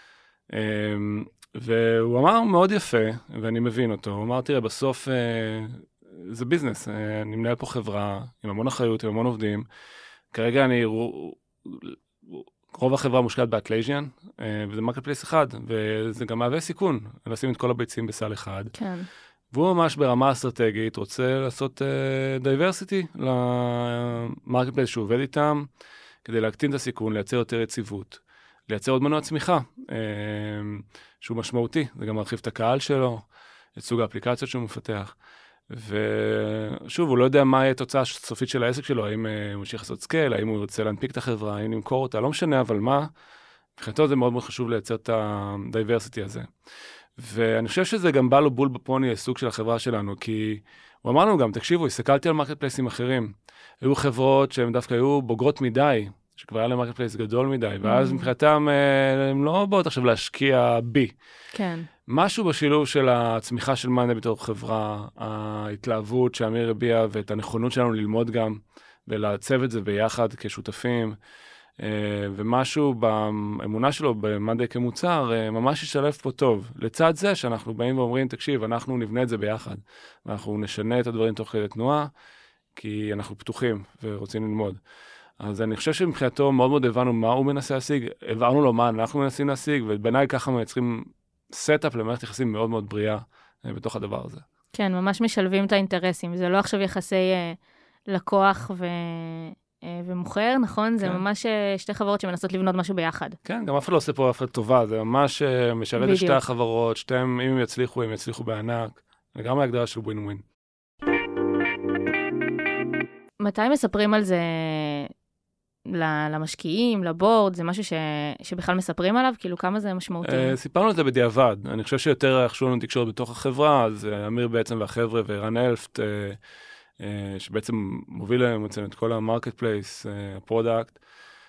והוא אמר מאוד יפה, ואני מבין אותו, הוא אמר, תראה, בסוף זה ביזנס, אני מנהל פה חברה, עם המון אחריות, עם המון עובדים, כרגע אני, רוב החברה מושקעת באטלייז'יאן, וזה מרקטפלייס אחד, וזה גם מהווה סיכון, לשים את כל הביצים בסל אחד. כן. והוא ממש ברמה אסטרטגית רוצה לעשות דייברסיטי uh, למרקטפלייס שהוא עובד איתם, כדי להקטין את הסיכון, לייצר יותר יציבות, לייצר עוד מנוע צמיחה, uh, שהוא משמעותי, זה גם מרחיב את הקהל שלו, את סוג האפליקציות שהוא מפתח, ושוב, הוא לא יודע מה יהיה התוצאה הסופית של העסק שלו, האם uh, הוא ימשיך לעשות סקייל, האם הוא רוצה להנפיק את החברה, האם למכור אותה, לא משנה, אבל מה, מבחינתו זה מאוד מאוד חשוב לייצר את הדייברסיטי הזה. ואני חושב שזה גם בא לו בול בפוני הסוג של החברה שלנו, כי הוא אמר לנו גם, תקשיבו, הסתכלתי על מרקט פלייסים אחרים, היו חברות שהן דווקא היו בוגרות מדי, שכבר היה להם מרקט פלייס גדול מדי, ואז מבחינתם הם לא באות עכשיו להשקיע בי. כן. משהו בשילוב של הצמיחה של מאנדי בתור חברה, ההתלהבות שאמיר הביע, ואת הנכונות שלנו ללמוד גם, ולעצב את זה ביחד כשותפים, ומשהו באמונה שלו במאנדי כמוצר ממש ישלב פה טוב. לצד זה שאנחנו באים ואומרים, תקשיב, אנחנו נבנה את זה ביחד, ואנחנו נשנה את הדברים תוך כדי תנועה, כי אנחנו פתוחים ורוצים ללמוד. אז אני חושב שמבחינתו מאוד מאוד הבנו מה הוא מנסה להשיג, הבנו לו מה אנחנו מנסים להשיג, ובעיניי ככה מייצרים סטאפ למערכת יחסים מאוד מאוד בריאה בתוך הדבר הזה. כן, ממש משלבים את האינטרסים. זה לא עכשיו יחסי לקוח ו... ומוכר, נכון? כן. זה ממש שתי חברות שמנסות לבנות משהו ביחד. כן, גם אף אחד לא עושה פה אף אחד טובה, זה ממש משרת את שתי החברות, שתיהם, אם הם יצליחו, הם יצליחו בענק, וגם ההגדרה של ווין ווין. מתי מספרים על זה למשקיעים, לבורד, זה משהו ש... שבכלל מספרים עליו? כאילו כמה זה משמעותי? סיפרנו את זה בדיעבד, אני חושב שיותר חשוב לנו תקשורת בתוך החברה, אז אמיר בעצם והחבר'ה ורן אלפט, שבעצם מוביל להם את כל המרקט פלייס, הפרודקט,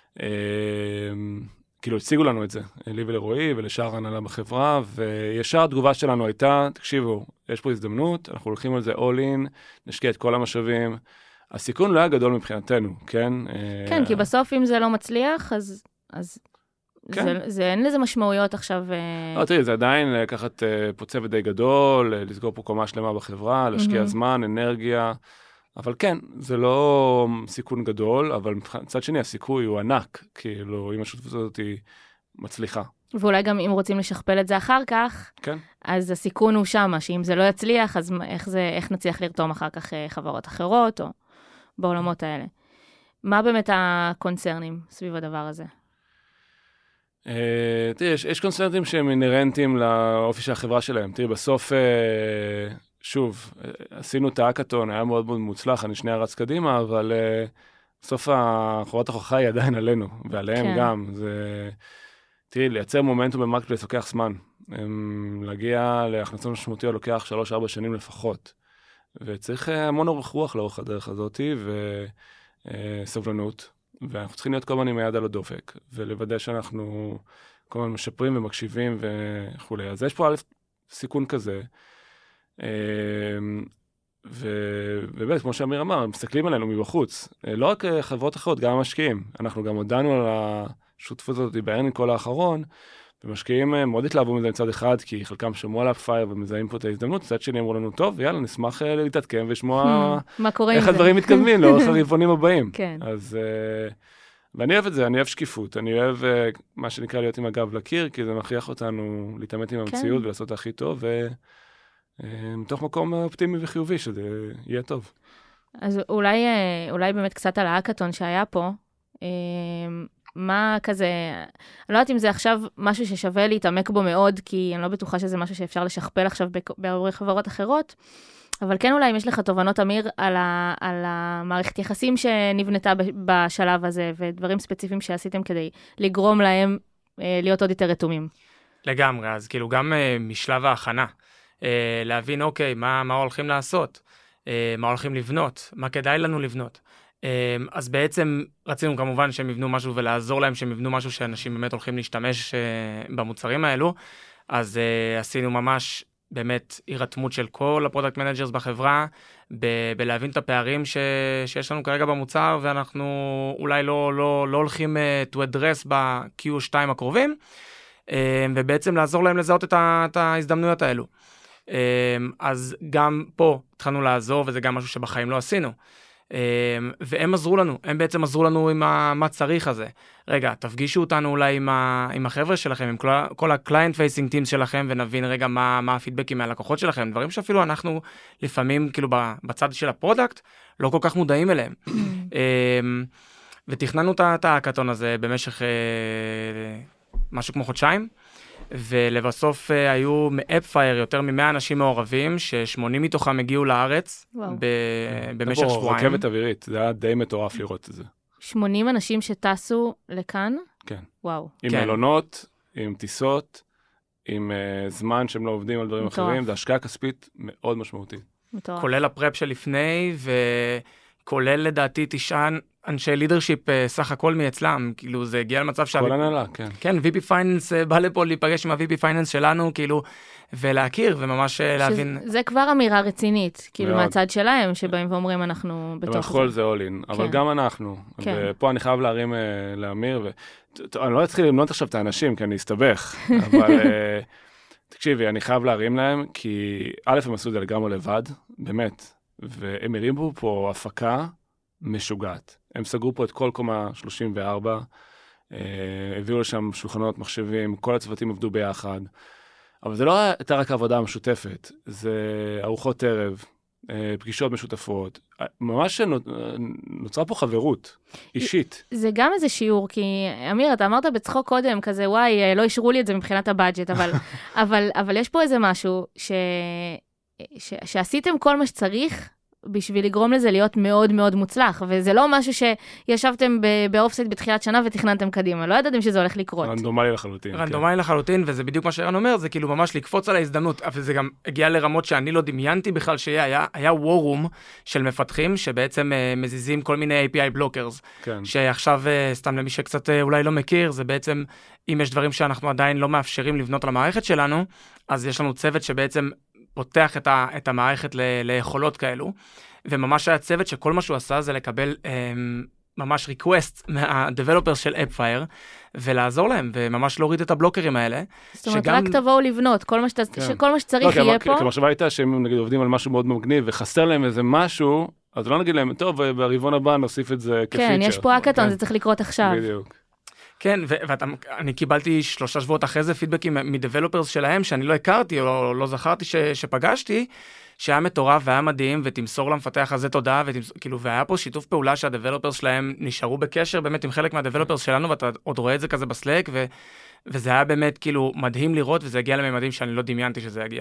כאילו הציגו לנו את זה, לי ולרועי ולשאר ההנהלה בחברה, וישר התגובה שלנו הייתה, תקשיבו, יש פה הזדמנות, אנחנו הולכים על זה all in, נשקיע את כל המשאבים, הסיכון לא היה גדול מבחינתנו, כן? כן, כי בסוף אם זה לא מצליח, אז... אז... כן. זה, זה, אין לזה משמעויות עכשיו... לא, תראי, זה עדיין לקחת פה צוות די גדול, לסגור פה קומה שלמה בחברה, להשקיע mm-hmm. זמן, אנרגיה, אבל כן, זה לא סיכון גדול, אבל מצד שני, הסיכוי הוא ענק, כאילו, אם השותפות הזאת היא מצליחה. ואולי גם אם רוצים לשכפל את זה אחר כך, כן. אז הסיכון הוא שמה, שאם זה לא יצליח, אז איך, זה, איך נצליח לרתום אחר כך חברות אחרות, או בעולמות האלה. מה באמת הקונצרנים סביב הדבר הזה? Uh, תראי, יש, יש קונצרטים שהם אינרנטיים לאופי של החברה שלהם. תראי, בסוף, uh, שוב, uh, עשינו את האקתון, היה מאוד מאוד מוצלח, אני שנייה רץ קדימה, אבל uh, בסוף החובת ההוכחה היא עדיין עלינו, ועליהם כן. גם. זה, תראי, לייצר מומנטום במרקטפלייס לוקח זמן. Um, להגיע להכנסות משמעותיות לוקח שלוש ארבע שנים לפחות. וצריך uh, המון אורך רוח לאורך הדרך הזאת, וסבלנות. Uh, ואנחנו צריכים להיות כל הזמן עם היד על הדופק, ולוודא שאנחנו כל הזמן משפרים ומקשיבים וכו'. אז יש פה א' סיכון כזה, ובאמת, כמו שאמיר אמר, מסתכלים עלינו מבחוץ, לא רק חברות אחרות, גם המשקיעים. אנחנו גם הודענו על השותפות הזאת בארנינג קול האחרון, ומשקיעים מאוד התלהבו מזה מצד אחד, כי חלקם שמעו על הפייר ומזהים פה את ההזדמנות, מצד שני אמרו לנו, טוב, יאללה, נשמח להתעדכן ולשמוע איך הדברים מתקדמים לאורך הרבעונים הבאים. אז, ואני אוהב את זה, אני אוהב שקיפות, אני אוהב מה שנקרא להיות עם הגב לקיר, כי זה מכריח אותנו להתאמת עם המציאות ולעשות את הכי טוב, ומתוך מקום אופטימי וחיובי, שזה יהיה טוב. אז אולי, אולי באמת קצת על האקתון שהיה פה, מה כזה, אני לא יודעת אם זה עכשיו משהו ששווה להתעמק בו מאוד, כי אני לא בטוחה שזה משהו שאפשר לשכפל עכשיו בהרבה חברות אחרות, אבל כן אולי אם יש לך תובנות, אמיר, על, ה, על המערכת יחסים שנבנתה בשלב הזה, ודברים ספציפיים שעשיתם כדי לגרום להם אה, להיות עוד יותר רתומים. לגמרי, אז כאילו גם אה, משלב ההכנה, אה, להבין אוקיי, מה, מה הולכים לעשות, אה, מה הולכים לבנות, מה כדאי לנו לבנות. אה, אז בעצם רצינו כמובן שהם יבנו משהו ולעזור להם שהם יבנו משהו שאנשים באמת הולכים להשתמש אה, במוצרים האלו, אז אה, עשינו ממש באמת הירתמות של כל הפרודקט מנג'רס בחברה, ב- בלהבין את הפערים ש- שיש לנו כרגע במוצר, ואנחנו אולי לא, לא, לא הולכים uh, to address ב-קיו שתיים הקרובים, uh, ובעצם לעזור להם לזהות את, ה- את ההזדמנויות האלו. Uh, אז גם פה התחלנו לעזור, וזה גם משהו שבחיים לא עשינו. והם עזרו לנו, הם בעצם עזרו לנו עם מה צריך הזה. רגע, תפגישו אותנו אולי עם, ה, עם החבר'ה שלכם, עם כל, כל ה-client facing teams שלכם, ונבין רגע מה, מה הפידבקים מהלקוחות שלכם, דברים שאפילו אנחנו לפעמים, כאילו בצד של הפרודקט, לא כל כך מודעים אליהם. ותכננו את ההקאטון הזה במשך משהו כמו חודשיים, ולבסוף היו מאפפייר יותר ממאה אנשים מעורבים, ששמונים מתוכם הגיעו לארץ במשך שבועיים. רכבת אווירית, זה היה די מטורף לראות את זה. שמונים אנשים שטסו לכאן? כן. וואו. עם מלונות, עם טיסות, עם זמן שהם לא עובדים על דברים אחרים, זה השקעה כספית מאוד משמעותית. מטורף. כולל הפרפ שלפני, וכולל לדעתי תשען, אנשי לידרשיפ סך הכל מאצלם, כאילו זה הגיע למצב ש... כל הנהלה, כן. כן, וי פי פייננס בא לפה להיפגש עם ה-וי פי פייננס שלנו, כאילו, ולהכיר, וממש להבין... זה כבר אמירה רצינית, כאילו מהצד שלהם, שבאים ואומרים אנחנו בתוך זה. בכל זה אולין, אבל גם אנחנו. ופה אני חייב להרים לאמיר, ואני לא אתחיל למנות עכשיו את האנשים, כי אני אסתבך, אבל תקשיבי, אני חייב להרים להם, כי א', הם עשו את זה לגמרי לבד, באמת, והם הרימו פה הפקה משוגעת. הם סגרו פה את כל קומה שלושים וארבע, הביאו לשם שולחנות, מחשבים, כל הצוותים עבדו ביחד, אבל זה לא הייתה רק עבודה משותפת, זה ארוחות ערב, פגישות משותפות, ממש נוצרה פה חברות אישית. זה גם איזה שיעור, כי אמיר, אתה אמרת בצחוק קודם, כזה וואי, לא אישרו לי את זה מבחינת הבאדג'ט, אבל, אבל, אבל יש פה איזה משהו ש... ש... שעשיתם כל מה שצריך, בשביל לגרום לזה להיות מאוד מאוד מוצלח, וזה לא משהו שישבתם באופסייט בתחילת שנה ותכננתם קדימה, לא ידעתם שזה הולך לקרות. רנדומלי לחלוטין. רנדומלי לחלוטין, וזה בדיוק מה שרן אומר, זה כאילו ממש לקפוץ על ההזדמנות, אבל זה גם הגיע לרמות שאני לא דמיינתי בכלל שיהיה, היה, היה וורום של מפתחים, שבעצם uh, מזיזים כל מיני איי פי איי בלוקרס, כן. שעכשיו, uh, סתם למי שקצת uh, אולי לא מכיר, זה בעצם, אם יש דברים שאנחנו עדיין לא מאפשרים לבנות על המערכת שלנו, אז יש לנו צוות שבעצם פותח את, ה, את המערכת ל, ליכולות כאלו, וממש היה צוות שכל מה שהוא עשה זה לקבל אמ, ממש request מה-developers של AppFire, ולעזור להם, וממש להוריד את הבלוקרים האלה. זאת אומרת, שגם... רק תבואו לבנות, כל מה, שת... כן. שכל מה שצריך לא, יהיה כי, פה. כי המחשבה הייתה שהם נגיד עובדים על משהו מאוד מגניב, וחסר להם איזה משהו, אז לא נגיד להם, טוב, ברבעון הבא נוסיף את זה כפיצ'ר. כן, יש פה האקאטון, כן. זה צריך לקרות עכשיו. בדיוק. כן, ואני קיבלתי שלושה שבועות אחרי זה פידבקים מדבלופרס שלהם, שאני לא הכרתי או לא זכרתי ש, שפגשתי, שהיה מטורף והיה מדהים, ותמסור למפתח הזה תודה, כאילו, והיה פה שיתוף פעולה שהדבלופרס שלהם נשארו בקשר באמת עם חלק מהדבלופרס שלנו, ואתה עוד רואה את זה כזה בסלק, ו, וזה היה באמת כאילו מדהים לראות, וזה הגיע לממדים שאני לא דמיינתי שזה יגיע.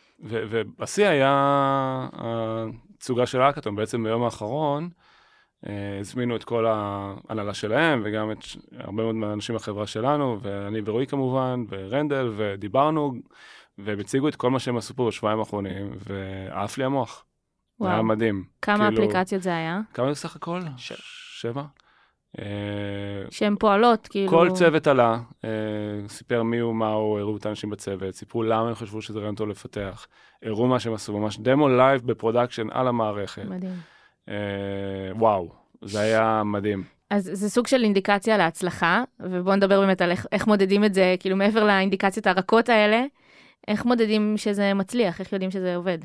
ובשיא היה הצוגה של האקאטון, בעצם ביום האחרון, הזמינו את כל ההנהלה שלהם, וגם את הרבה מאוד מהאנשים בחברה שלנו, ואני ורועי כמובן, ורנדל, ודיברנו, והם הציגו את כל מה שהם עשו פה בשבועיים האחרונים, ועף לי המוח. זה היה מדהים. כמה אפליקציות זה היה? כמה זה סך הכל? שבע. שהן פועלות, כאילו... כל צוות עלה, סיפר מי הוא, מה הוא, הראו את האנשים בצוות, סיפרו למה הם חשבו שזה רעיון טוב לפתח, הראו מה שהם עשו, ממש דמו לייב בפרודקשן על המערכת. מדהים. וואו, זה היה מדהים. אז זה סוג של אינדיקציה להצלחה, ובואו נדבר באמת על איך, איך מודדים את זה, כאילו מעבר לאינדיקציות הרכות האלה, איך מודדים שזה מצליח, איך יודעים שזה עובד?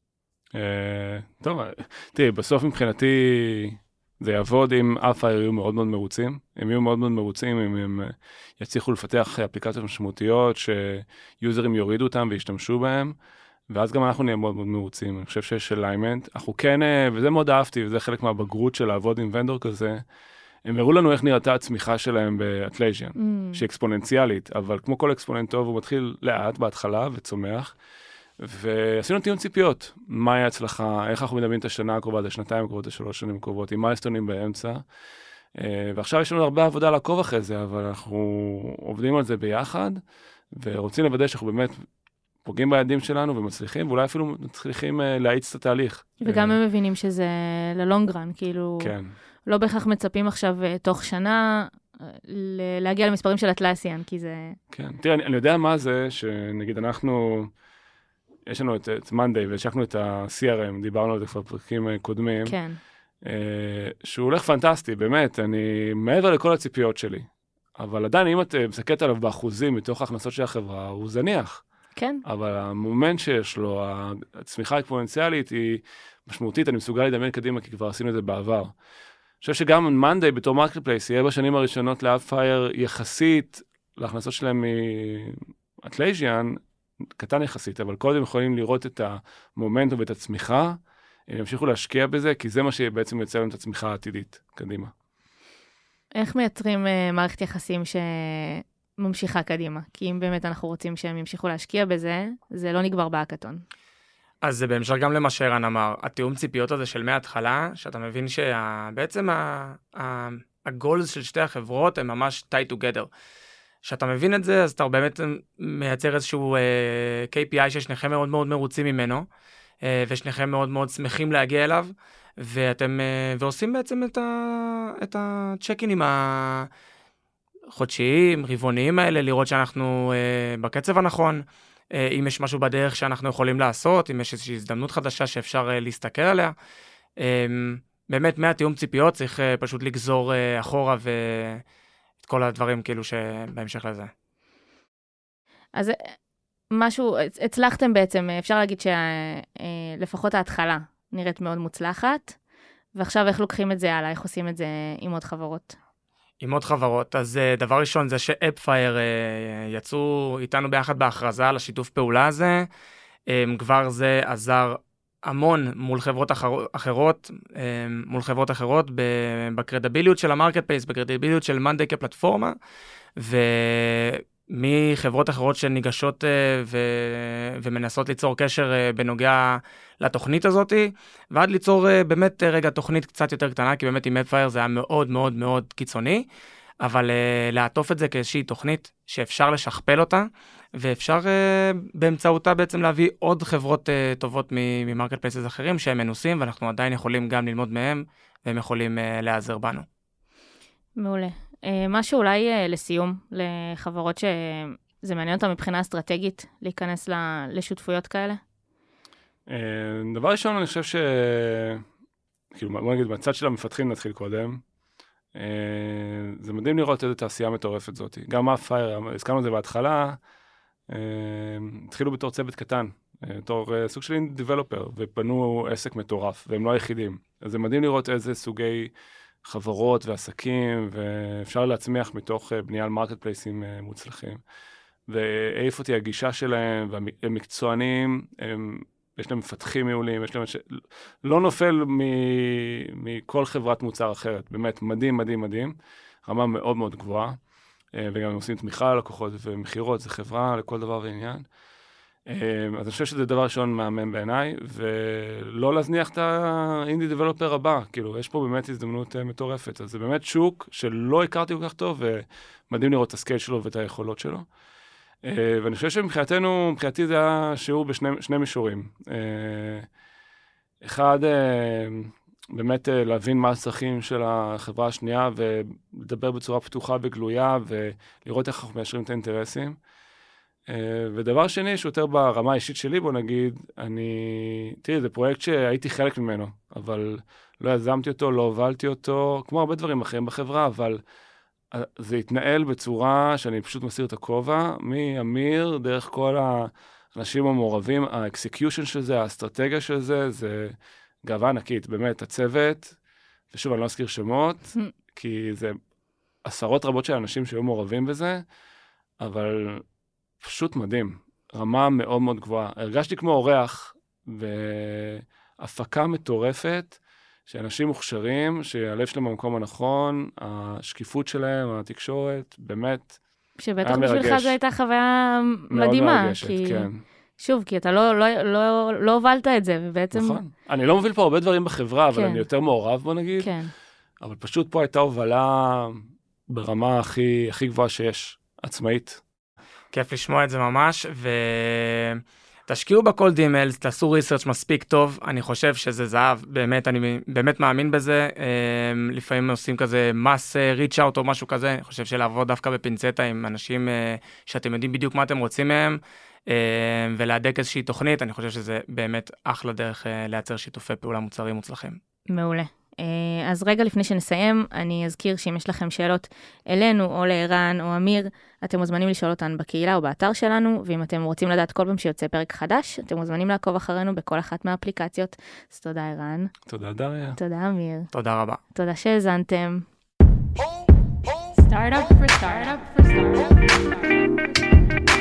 טוב, תראי, בסוף מבחינתי זה יעבוד אם אלפא יהיו מאוד מאוד מרוצים, הם יהיו מאוד מאוד מרוצים אם הם יצליחו לפתח אפליקציות משמעותיות, שיוזרים יורידו אותם וישתמשו בהם, ואז גם אנחנו נהיה מאוד מאוד מרוצים. אני חושב שיש אליימנט, אנחנו כן, וזה מאוד אהבתי, וזה חלק מהבגרות של לעבוד עם ונדור כזה, הם הראו לנו איך נראתה הצמיחה שלהם באטלייז'ן, mm. שהיא אקספוננציאלית, אבל כמו כל אקספוננט טוב, הוא מתחיל לאט בהתחלה וצומח, ועשינו טיעון ציפיות, מהי ההצלחה, איך אנחנו מדמים את השנה הקרובה, זה שנתיים הקרובות, שלוש שנים הקרובות, עם מיילסטונים באמצע, ועכשיו יש לנו הרבה עבודה לעקוב אחרי זה, אבל אנחנו עובדים על זה ביחד, ורוצים לוודא שאנחנו באמת פוגעים ביעדים שלנו ומצליחים, ואולי אפילו מצליחים להאיץ את התהליך. וגם הם מבינים שזה ללונגרן, כאילו, כן. לא בהכרח מצפים עכשיו תוך שנה להגיע למספרים של אטלסיאן, כי זה... כן, תראה, אני, אני יודע מה זה, שנגיד אנחנו, יש לנו את, את Monday, והשקנו את ה-סי אר אם, דיברנו על זה כבר פרקים קודמים, כן. שהוא הולך פנטסטי, באמת, אני מעבר לכל הציפיות שלי, אבל עדיין אם את מסתכלת עליו באחוזים מתוך ההכנסות של החברה, הוא זניח. כן. אבל המומנט שיש לו, הצמיחה האקספוננציאלית היא משמעותית, אני מסוגל לדמיין קדימה, כי כבר עשינו את זה בעבר. אני חושב שגם Monday בתור מרקט פלייס יהיה בשנים הראשונות לאפפייר יחסית להכנסות שלהם מאטלייז'יאן, קטן יחסית, אבל קודם יכולים לראות את המומנטום ואת הצמיחה, הם ימשיכו להשקיע בזה, כי זה מה שבעצם יוצא לנו את הצמיחה העתידית קדימה. איך מייצרים uh, מערכת יחסים שממשיכה קדימה? כי אם באמת אנחנו רוצים שהם ימשיכו להשקיע בזה, זה לא נגבר בהקטון. אז זה בהמשך גם למה שערן אמר, התיאום ציפיות הזה של מההתחלה, שאתה מבין שבעצם הגולס של שתי החברות הם ממש tied together. שאתה מבין את זה, אז אתה באמת מייצר איזשהו uh, קיי פי איי ששניכם מאוד מאוד מרוצים ממנו, uh, ושניכם מאוד מאוד שמחים להגיע אליו, ואתם, uh, ועושים בעצם את, ה, את הצ'קינים החודשיים, רבעוניים האלה, לראות שאנחנו uh, בקצב הנכון, uh, אם יש משהו בדרך שאנחנו יכולים לעשות, אם יש איזושהי הזדמנות חדשה שאפשר uh, להסתכל עליה. Um, באמת, מהתיאום ציפיות צריך uh, פשוט לגזור uh, אחורה ו... את כל הדברים כאילו שבהמשך לזה. אז משהו, הצלחתם בעצם, אפשר להגיד שלפחות ההתחלה נראית מאוד מוצלחת, ועכשיו איך לוקחים את זה הלאה, איך עושים את זה עם עוד חברות? עם עוד חברות, אז דבר ראשון זה שאפפייר יצאו איתנו ביחד בהכרזה על השיתוף פעולה הזה, כבר זה עזר המון מול חברות אחרות, מול חברות אחרות, בקרדיביליות של המרקט פלייס, בקרדיביליות של Monday כפלטפורמה, ומחברות אחרות שניגשות ו... ומנסות ליצור קשר בנוגע לתוכנית הזאת, ועד ליצור באמת רגע תוכנית קצת יותר קטנה, כי באמת עם אפפייר זה היה מאוד מאוד מאוד קיצוני, אבל לעטוף את זה כאיזושהי תוכנית שאפשר לשכפל אותה, ואפשר uh, באמצעותה בעצם להביא עוד חברות uh, טובות ממרקט פלייסס אחרים שהם מנוסים, ואנחנו עדיין יכולים גם ללמוד מהם, והם יכולים uh, להיעזר בנו. מעולה. Uh, משהו אולי uh, לסיום, לחברות שזה מעניין אותם מבחינה אסטרטגית, להיכנס לשותפויות כאלה? Uh, דבר ראשון, אני חושב ש... כאילו, בוא נגיד, בצד של המפתחים נתחיל קודם. Uh, זה מדהים לראות איזו תעשייה מטורפת זאת. גם אפפייר, הזכרנו את זה בהתחלה, התחילו בתור צוות קטן, בתור סוג של דיבלופר, ופנו עסק מטורף, והם לא היחידים. אז זה מדהים לראות איזה סוגי חברות ועסקים, ואפשר להצמיח מתוך בנייה על מרקט פלייסים מוצלחים. והעיף אותי הגישה שלהם, והם מקצוענים, הם, יש להם מפתחים מעולים, יש להם... ש... לא נופל מ... מכל חברת מוצר אחרת. באמת, מדהים, מדהים, מדהים. רמה מאוד מאוד גבוהה. וגם הם עושים תמיכה ללקוחות ומחירות, זה חברה לכל דבר ועניין. אז אני חושב שזה דבר ראשון מהמם בעיניי, ולא להזניח את האינדי דבלופר הבא, כאילו, יש פה באמת הזדמנות מטורפת, אז זה באמת שוק שלא הכרתי כל כך טוב, ומדהים לראות את הסקייל שלו ואת היכולות שלו. ואני חושב שמבחינתנו, מבחינתי זה היה שיעור בשני מישורים. אחד, באמת להבין מה הצרכים של החברה השנייה, ולדבר בצורה פתוחה וגלויה, ולראות איך אנחנו מיישרים את האינטרסים. ודבר שני, שיותר ברמה האישית שלי, בוא נגיד, אני... תראי, זה פרויקט שהייתי חלק ממנו, אבל לא יזמתי אותו, לא הובלתי אותו, כמו הרבה דברים אחרים בחברה, אבל זה התנהל בצורה שאני פשוט מסיר את הכובע, מאמיר, דרך כל האנשים המעורבים, האקסקיושן של זה, האסטרטגיה של זה, זה... גאווה ענקית, באמת, הצוות, ושוב, אני לא אזכיר שמות, כי זה עשרות רבות של אנשים שהיו מעורבים בזה, אבל פשוט מדהים, רמה מאוד מאוד גבוהה. הרגשתי כמו אורח, והפקה מטורפת, שאנשים מוכשרים, שהלב שלהם במקום הנכון, השקיפות שלהם, התקשורת, באמת, שבטח בשבילך זו הייתה חוויה מדהימה. מאוד מרגשת, כי... כן. שוב, כי אתה לא, לא, לא, לא הובלת את זה, ובעצם... נכון. אני לא מוביל פה הרבה דברים בחברה, אבל כן. אני יותר מעורב, בוא נגיד. כן. אבל פשוט פה הייתה הובלה ברמה הכי, הכי גבוהה שיש, עצמאית. כיף לשמוע את זה ממש, ותשקיעו בקולד אימיילס, תעשו ריסרצ' מספיק טוב, אני חושב שזה זהב, באמת, אני באמת מאמין בזה, לפעמים עושים כזה מס ריץ' אאוט או משהו כזה, אני חושב שלעבוד דווקא בפינצטה עם אנשים שאתם יודעים בדיוק מה אתם רוצים מהם, ולהדק איזושהי תוכנית, אני חושב שזה באמת אחלה דרך לייצר שיתופי פעולה מוצרים מוצלחים. מעולה. אז רגע לפני שנסיים, אני אזכיר שאם יש לכם שאלות אלינו או לערן או אמיר, אתם מוזמנים לשאול אותן בקהילה או באתר שלנו, ואם אתם רוצים לדעת כל פעם שיוצא פרק חדש, אתם מוזמנים לעקוב אחרינו בכל אחת מהאפליקציות. אז תודה ערן. תודה דריה. תודה אמיר. תודה רבה. תודה שהזנתם. Startup for startup for startup.